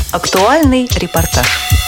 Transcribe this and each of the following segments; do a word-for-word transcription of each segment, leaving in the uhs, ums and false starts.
Актуальный репортаж.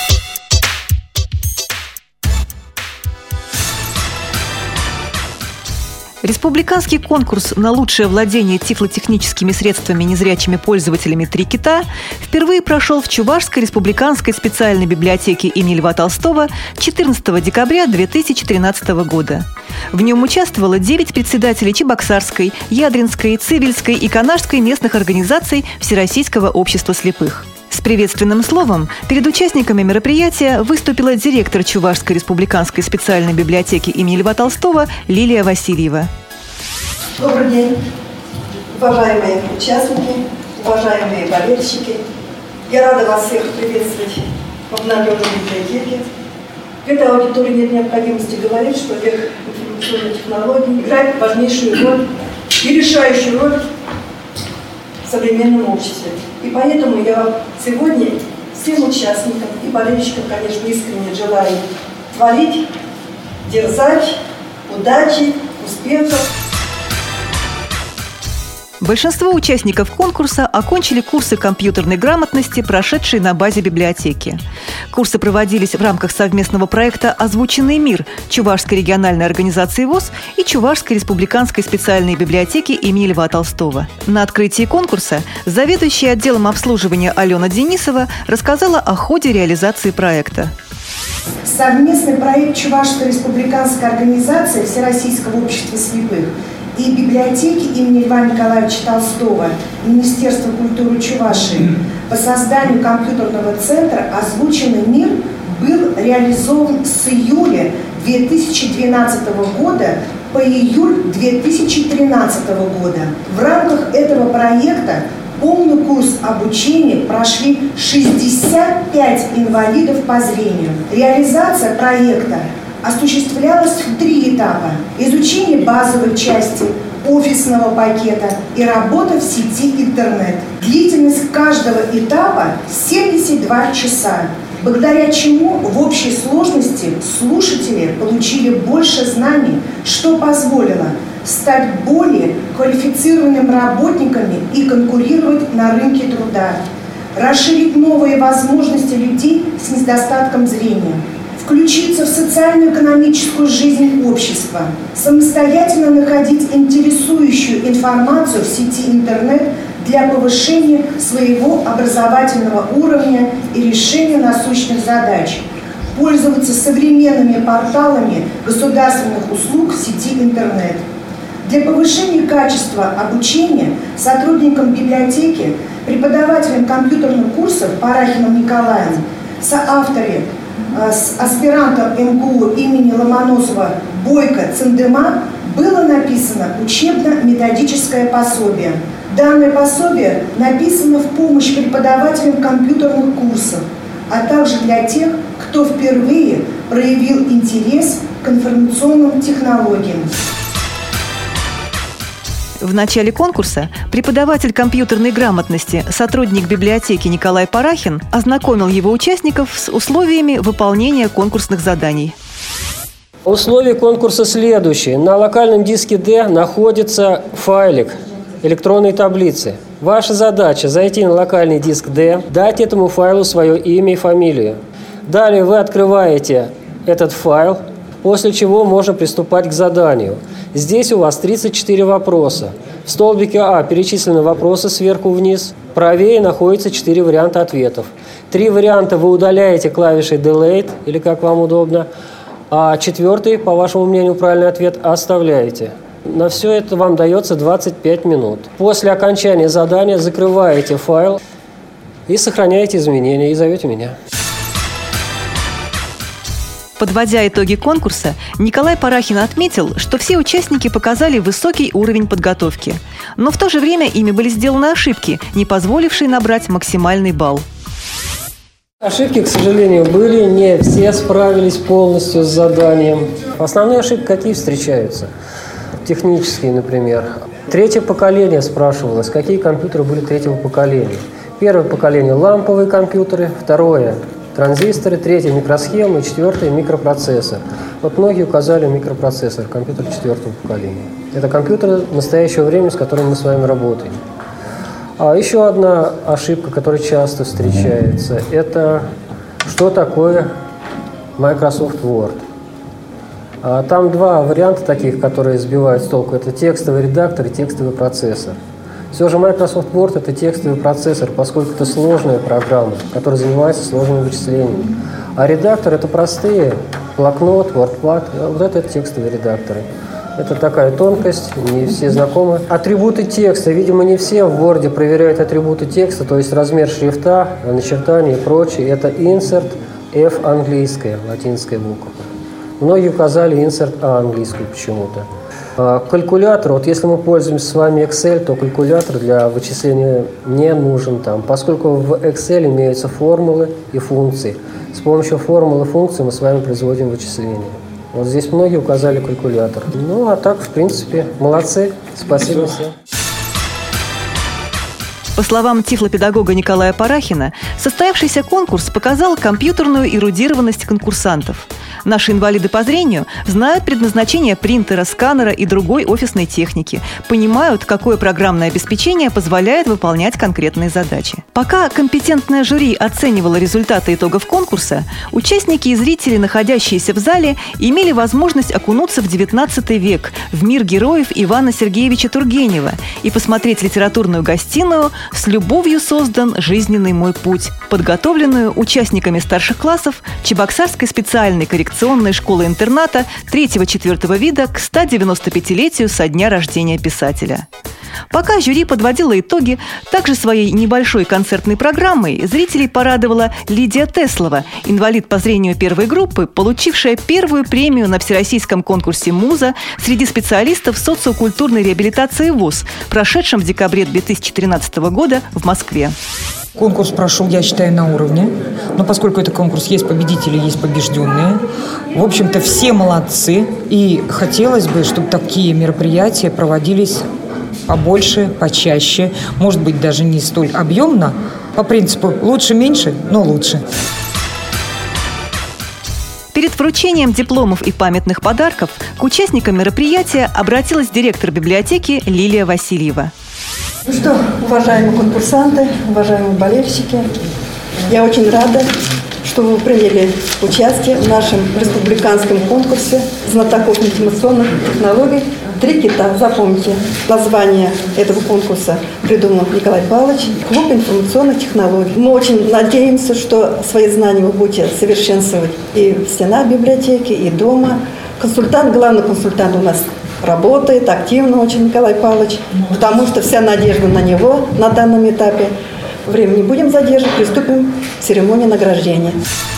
Республиканский конкурс на лучшее владение тифлотехническими средствами незрячими пользователями «Три кита» впервые прошел в Чувашской республиканской специальной библиотеке имени Льва Толстого четырнадцатого декабря две тысячи тринадцатого года. В нем участвовало девять председателей Чебоксарской, Ядринской, Цивильской и Канашской местных организаций Всероссийского общества слепых. С приветственным словом перед участниками мероприятия выступила директор Чувашской республиканской специальной библиотеки имени Льва Толстого Лилия Васильева. Добрый день, уважаемые участники, уважаемые болельщики. Я рада вас всех приветствовать в обновленной библиотеке. В этой аудитории нет необходимости говорить, что век информационной технологии играет важнейшую роль и решающую роль в современном обществе. И поэтому я сегодня всем участникам и болельщикам, конечно, искренне желаю творить, дерзать, удачи, успехов. Большинство участников конкурса окончили курсы компьютерной грамотности, прошедшие на базе библиотеки. Курсы проводились в рамках совместного проекта «Озвученный мир» Чувашской региональной организации ВОС и Чувашской республиканской специальной библиотеки имени Льва Толстого. На открытии конкурса заведующая отделом обслуживания Алена Денисова рассказала о ходе реализации проекта. Совместный проект Чувашской республиканской организации Всероссийского общества слепых и библиотеки имени Льва Николаевича Толстого Министерства культуры Чувашии по созданию компьютерного центра «Озвученный мир» был реализован с июля две тысячи двенадцатого года по июль две тысячи тринадцатого года. В рамках этого проекта полный курс обучения прошли шестьдесят пять инвалидов по зрению. Реализация проекта осуществлялась в три этапа: изучение базовой части, офисного пакета и работа в сети интернет. Длительность каждого этапа семьдесят два часа, благодаря чему в общей сложности слушатели получили больше знаний, что позволило стать более квалифицированными работниками и конкурировать на рынке труда, расширить новые возможности людей с недостатком зрения, включиться в социально-экономическую жизнь общества, самостоятельно находить интересующую информацию в сети интернет для повышения своего образовательного уровня и решения насущных задач, пользоваться современными порталами государственных услуг в сети интернет. Для повышения качества обучения сотрудникам библиотеки, преподавателям компьютерных курсов Парахиным Николаем, соавторе с аспирантом эм гэ у имени Ломоносова Бойко Циндема было написано учебно-методическое пособие. Данное пособие написано в помощь преподавателям компьютерных курсов, а также для тех, кто впервые проявил интерес к информационным технологиям. В начале конкурса преподаватель компьютерной грамотности, сотрудник библиотеки Николай Парахин ознакомил его участников с условиями выполнения конкурсных заданий. Условия конкурса следующие. На локальном диске D находится файлик электронной таблицы. Ваша задача – зайти на локальный диск D, дать этому файлу свое имя и фамилию. Далее вы открываете этот файл, после чего можно приступать к заданию. Здесь у вас тридцать четыре вопроса. В столбике А перечислены вопросы сверху вниз. Правее находится четыре варианта ответов. Три варианта вы удаляете клавишей Delete, или как вам удобно, а четвертый, по вашему мнению, правильный ответ оставляете. На все это вам дается двадцать пять минут. После окончания задания закрываете файл и сохраняете изменения, и зовете меня. Подводя итоги конкурса, Николай Парахин отметил, что все участники показали высокий уровень подготовки. Но в то же время ими были сделаны ошибки, не позволившие набрать максимальный балл. Ошибки, к сожалению, были. Не все справились полностью с заданием. Основные ошибки какие встречаются? Технические, например. Третье поколение спрашивалось, какие компьютеры были третьего поколения. Первое поколение – ламповые компьютеры, второе – транзисторы, третье – микросхемы, четвертое – микропроцессор. Вот многие указали микропроцессор, компьютер четвертого поколения. Это компьютеры настоящего времени, с которым мы с вами работаем. А еще одна ошибка, которая часто встречается, это что такое Microsoft Word. Там два варианта таких, которые сбивают с толку. Это текстовый редактор и текстовый процессор. Все же Microsoft Word – это текстовый процессор, поскольку это сложная программа, которая занимается сложными вычислениями. А редактор – это простые блокнот, WordPad, вот это текстовые редакторы. Это такая тонкость, не все знакомы. Атрибуты текста. Видимо, не все в Word проверяют атрибуты текста, то есть размер шрифта, начертания и прочее. Это insert F английская, латинская буква. Многие указали insert A английскую почему-то. Калькулятор, вот если мы пользуемся с вами Excel, то калькулятор для вычисления не нужен там, поскольку в Excel имеются формулы и функции. С помощью формул и функций мы с вами производим вычисления. Вот здесь многие указали калькулятор. Ну, а так, в принципе, молодцы. Спасибо всем. По словам тифлопедагога Николая Парахина, состоявшийся конкурс показал компьютерную эрудированность конкурсантов. Наши инвалиды по зрению знают предназначение принтера, сканера и другой офисной техники, понимают, какое программное обеспечение позволяет выполнять конкретные задачи. Пока компетентное жюри оценивало результаты итогов конкурса, участники и зрители, находящиеся в зале, имели возможность окунуться в девятнадцатый век, в мир героев Ивана Сергеевича Тургенева и посмотреть литературную гостиную «С любовью создан жизненный мой путь», подготовленную участниками старших классов Чебоксарской специальной коррекционной школы-интерната третьего-четвертого вида к ста девяностопятилетию со дня рождения писателя. Пока жюри подводило итоги, также своей небольшой концертной программой зрителей порадовала Лидия Теслова, инвалид по зрению первой группы, получившая первую премию на всероссийском конкурсе «Муза» среди специалистов социокультурной реабилитации ВОС, прошедшем в декабре две тысячи тринадцатого года в Москве. Конкурс прошел, я считаю, на уровне. Но поскольку это конкурс, есть победители, есть побежденные. В общем-то, все молодцы. И хотелось бы, чтобы такие мероприятия проводились побольше, почаще. Может быть, даже не столь объемно. По принципу лучше-меньше, но лучше. Перед вручением дипломов и памятных подарков к участникам мероприятия обратилась директор библиотеки Лилия Васильева. Ну что, уважаемые конкурсанты, уважаемые болельщики, я очень рада, что вы приняли участие в нашем республиканском конкурсе знатоков информационных технологий «Три кита». Запомните, название этого конкурса придумал Николай Павлович, клуб информационных технологий. Мы очень надеемся, что свои знания вы будете совершенствовать и в стенах библиотеки, и дома. Консультант, главный консультант у нас работает активно очень Николай Павлович, потому что вся надежда на него на данном этапе. Время не будем задерживать, приступим к церемонии награждения.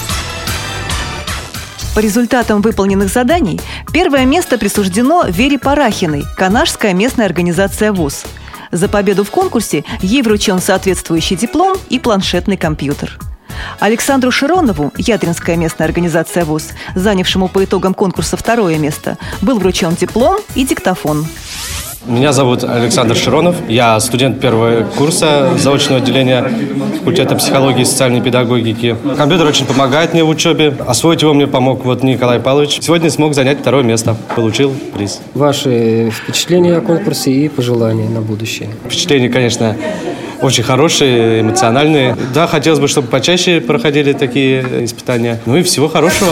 По результатам выполненных заданий первое место присуждено Вере Парахиной, Канашская местная организация ВОС. За победу в конкурсе ей вручен соответствующий диплом и планшетный компьютер. Александру Широнову, Ядринская местная организация ВОС, занявшему по итогам конкурса второе место, был вручен диплом и диктофон. Меня зовут Александр Широнов. Я студент первого курса заочного отделения факультета психологии и социальной педагогики. Компьютер очень помогает мне в учебе. Освоить его мне помог вот Николай Павлович. Сегодня смог занять второе место. Получил приз. Ваши впечатления о конкурсе и пожелания на будущее? Впечатления, конечно, очень хорошие, эмоциональные. Да, хотелось бы, чтобы почаще проходили такие испытания. Ну и всего хорошего.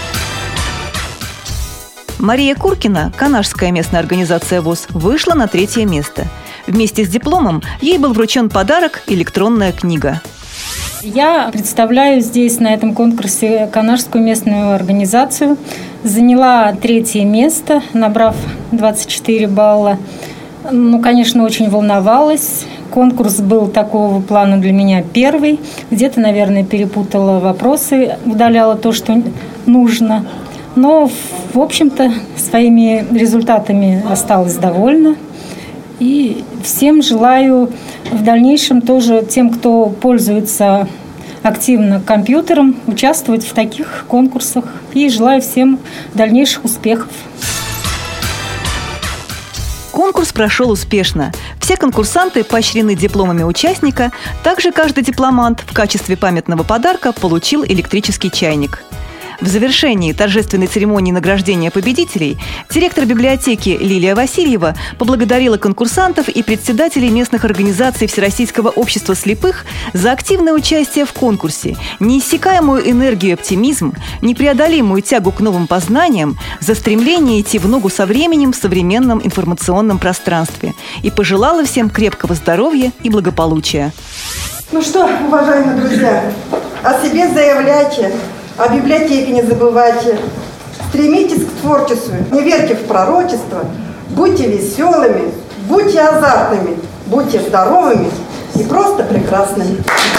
Мария Куркина, Канашская местная организация ВОС, вышла на третье место. Вместе с дипломом ей был вручен подарок «Электронная книга». Я представляю здесь на этом конкурсе Канашскую местную организацию. Заняла третье место, набрав двадцать четыре балла. Ну, конечно, очень волновалась. Конкурс был такого плана для меня первый. Где-то, наверное, перепутала вопросы, удаляла то, что нужно. Но, в общем-то, своими результатами осталась довольна. И всем желаю в дальнейшем тоже тем, кто пользуется активно компьютером, участвовать в таких конкурсах. И желаю всем дальнейших успехов. Конкурс прошел успешно. Все конкурсанты поощрены дипломами участника. Также каждый дипломант в качестве памятного подарка получил электрический чайник. В завершении торжественной церемонии награждения победителей директор библиотеки Лилия Васильева поблагодарила конкурсантов и председателей местных организаций Всероссийского общества слепых за активное участие в конкурсе, неиссякаемую энергию и оптимизм, непреодолимую тягу к новым познаниям, за стремление идти в ногу со временем в современном информационном пространстве и пожелала всем крепкого здоровья и благополучия. Ну что, уважаемые друзья, о себе заявляйте, о библиотеке не забывайте. Стремитесь к творчеству, не верьте в пророчество, будьте веселыми, будьте азартными, будьте здоровыми и просто прекрасными.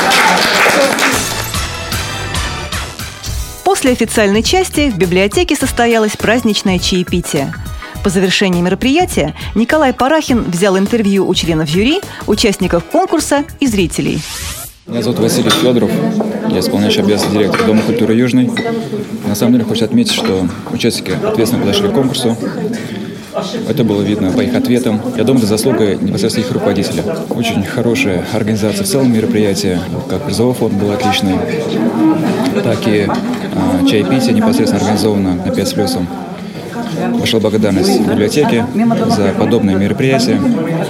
После официальной части в библиотеке состоялось праздничное чаепитие. По завершении мероприятия Николай Парахин взял интервью у членов жюри, участников конкурса и зрителей. Меня зовут Василий Федоров, я исполняющий обязанности директора Дома культуры «Южный». На самом деле хочу отметить, что участники ответственно подошли к конкурсу. Это было видно по их ответам. Я думаю, это заслуга непосредственно их руководителя. Очень хорошая организация в целом мероприятия. Как призовой фонд был отличный, так и а, чаепитие непосредственно организовано на пять с плюсом. Большая благодарность библиотеке за подобные мероприятия,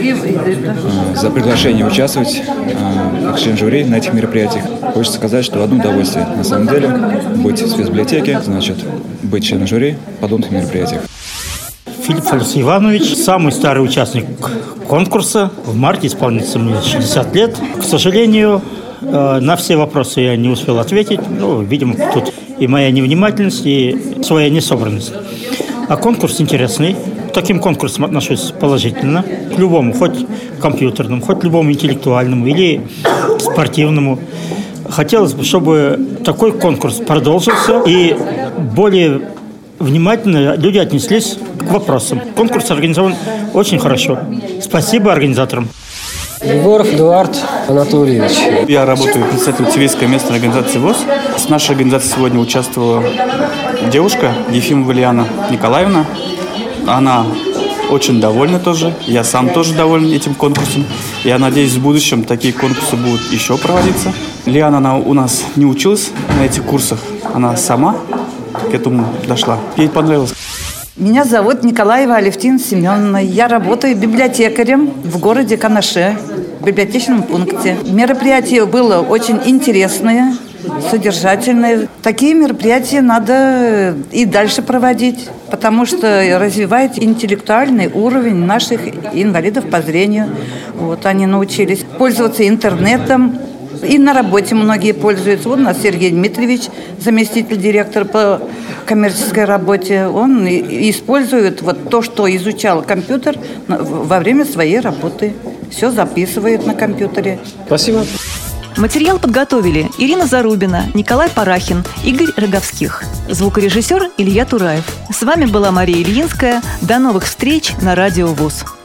за приглашение участвовать как член жюри на этих мероприятиях. Хочется сказать, что одно удовольствие на самом деле быть в спецбиблиотеке, значит быть членом жюри в подобных мероприятиях. Филипп Фалюс Иванович, самый старый участник конкурса. В марте исполнится мне шестьдесят лет. К сожалению, на все вопросы я не успел ответить. Ну, видимо, тут и моя невнимательность, и своя несобранность. А конкурс интересный. К таким конкурсам отношусь положительно. К любому, хоть компьютерному, хоть любому интеллектуальному или спортивному. Хотелось бы, чтобы такой конкурс продолжился и более внимательно люди отнеслись к вопросам. Конкурс организован очень хорошо. Спасибо организаторам. Егоров Эдуард Анатольевич. Я работаю председателем Тивейской местной организации ВОС. С нашей организацией сегодня участвовала девушка Ефимова Лиана Николаевна. Она очень довольна тоже. Я сам тоже доволен этим конкурсом. Я надеюсь, в будущем такие конкурсы будут еще проводиться. Лиана, она у нас не училась на этих курсах. Она сама к этому дошла. Ей понравилось. Меня зовут Николаева Алевтина Семеновна. Я работаю библиотекарем в городе Канаше, в библиотечном пункте. Мероприятие было очень интересное, содержательное. Такие мероприятия надо и дальше проводить, потому что развивает интеллектуальный уровень наших инвалидов по зрению. Вот, они научились пользоваться интернетом. И на работе многие пользуются. Вот у нас Сергей Дмитриевич, заместитель директора по коммерческой работе. Он использует вот то, что изучал компьютер во время своей работы. Все записывает на компьютере. Спасибо. Материал подготовили Ирина Зарубина, Николай Парахин, Игорь Роговских. Звукорежиссер Илья Тураев. С вами была Мария Ильинская. До новых встреч на Радио ВОС.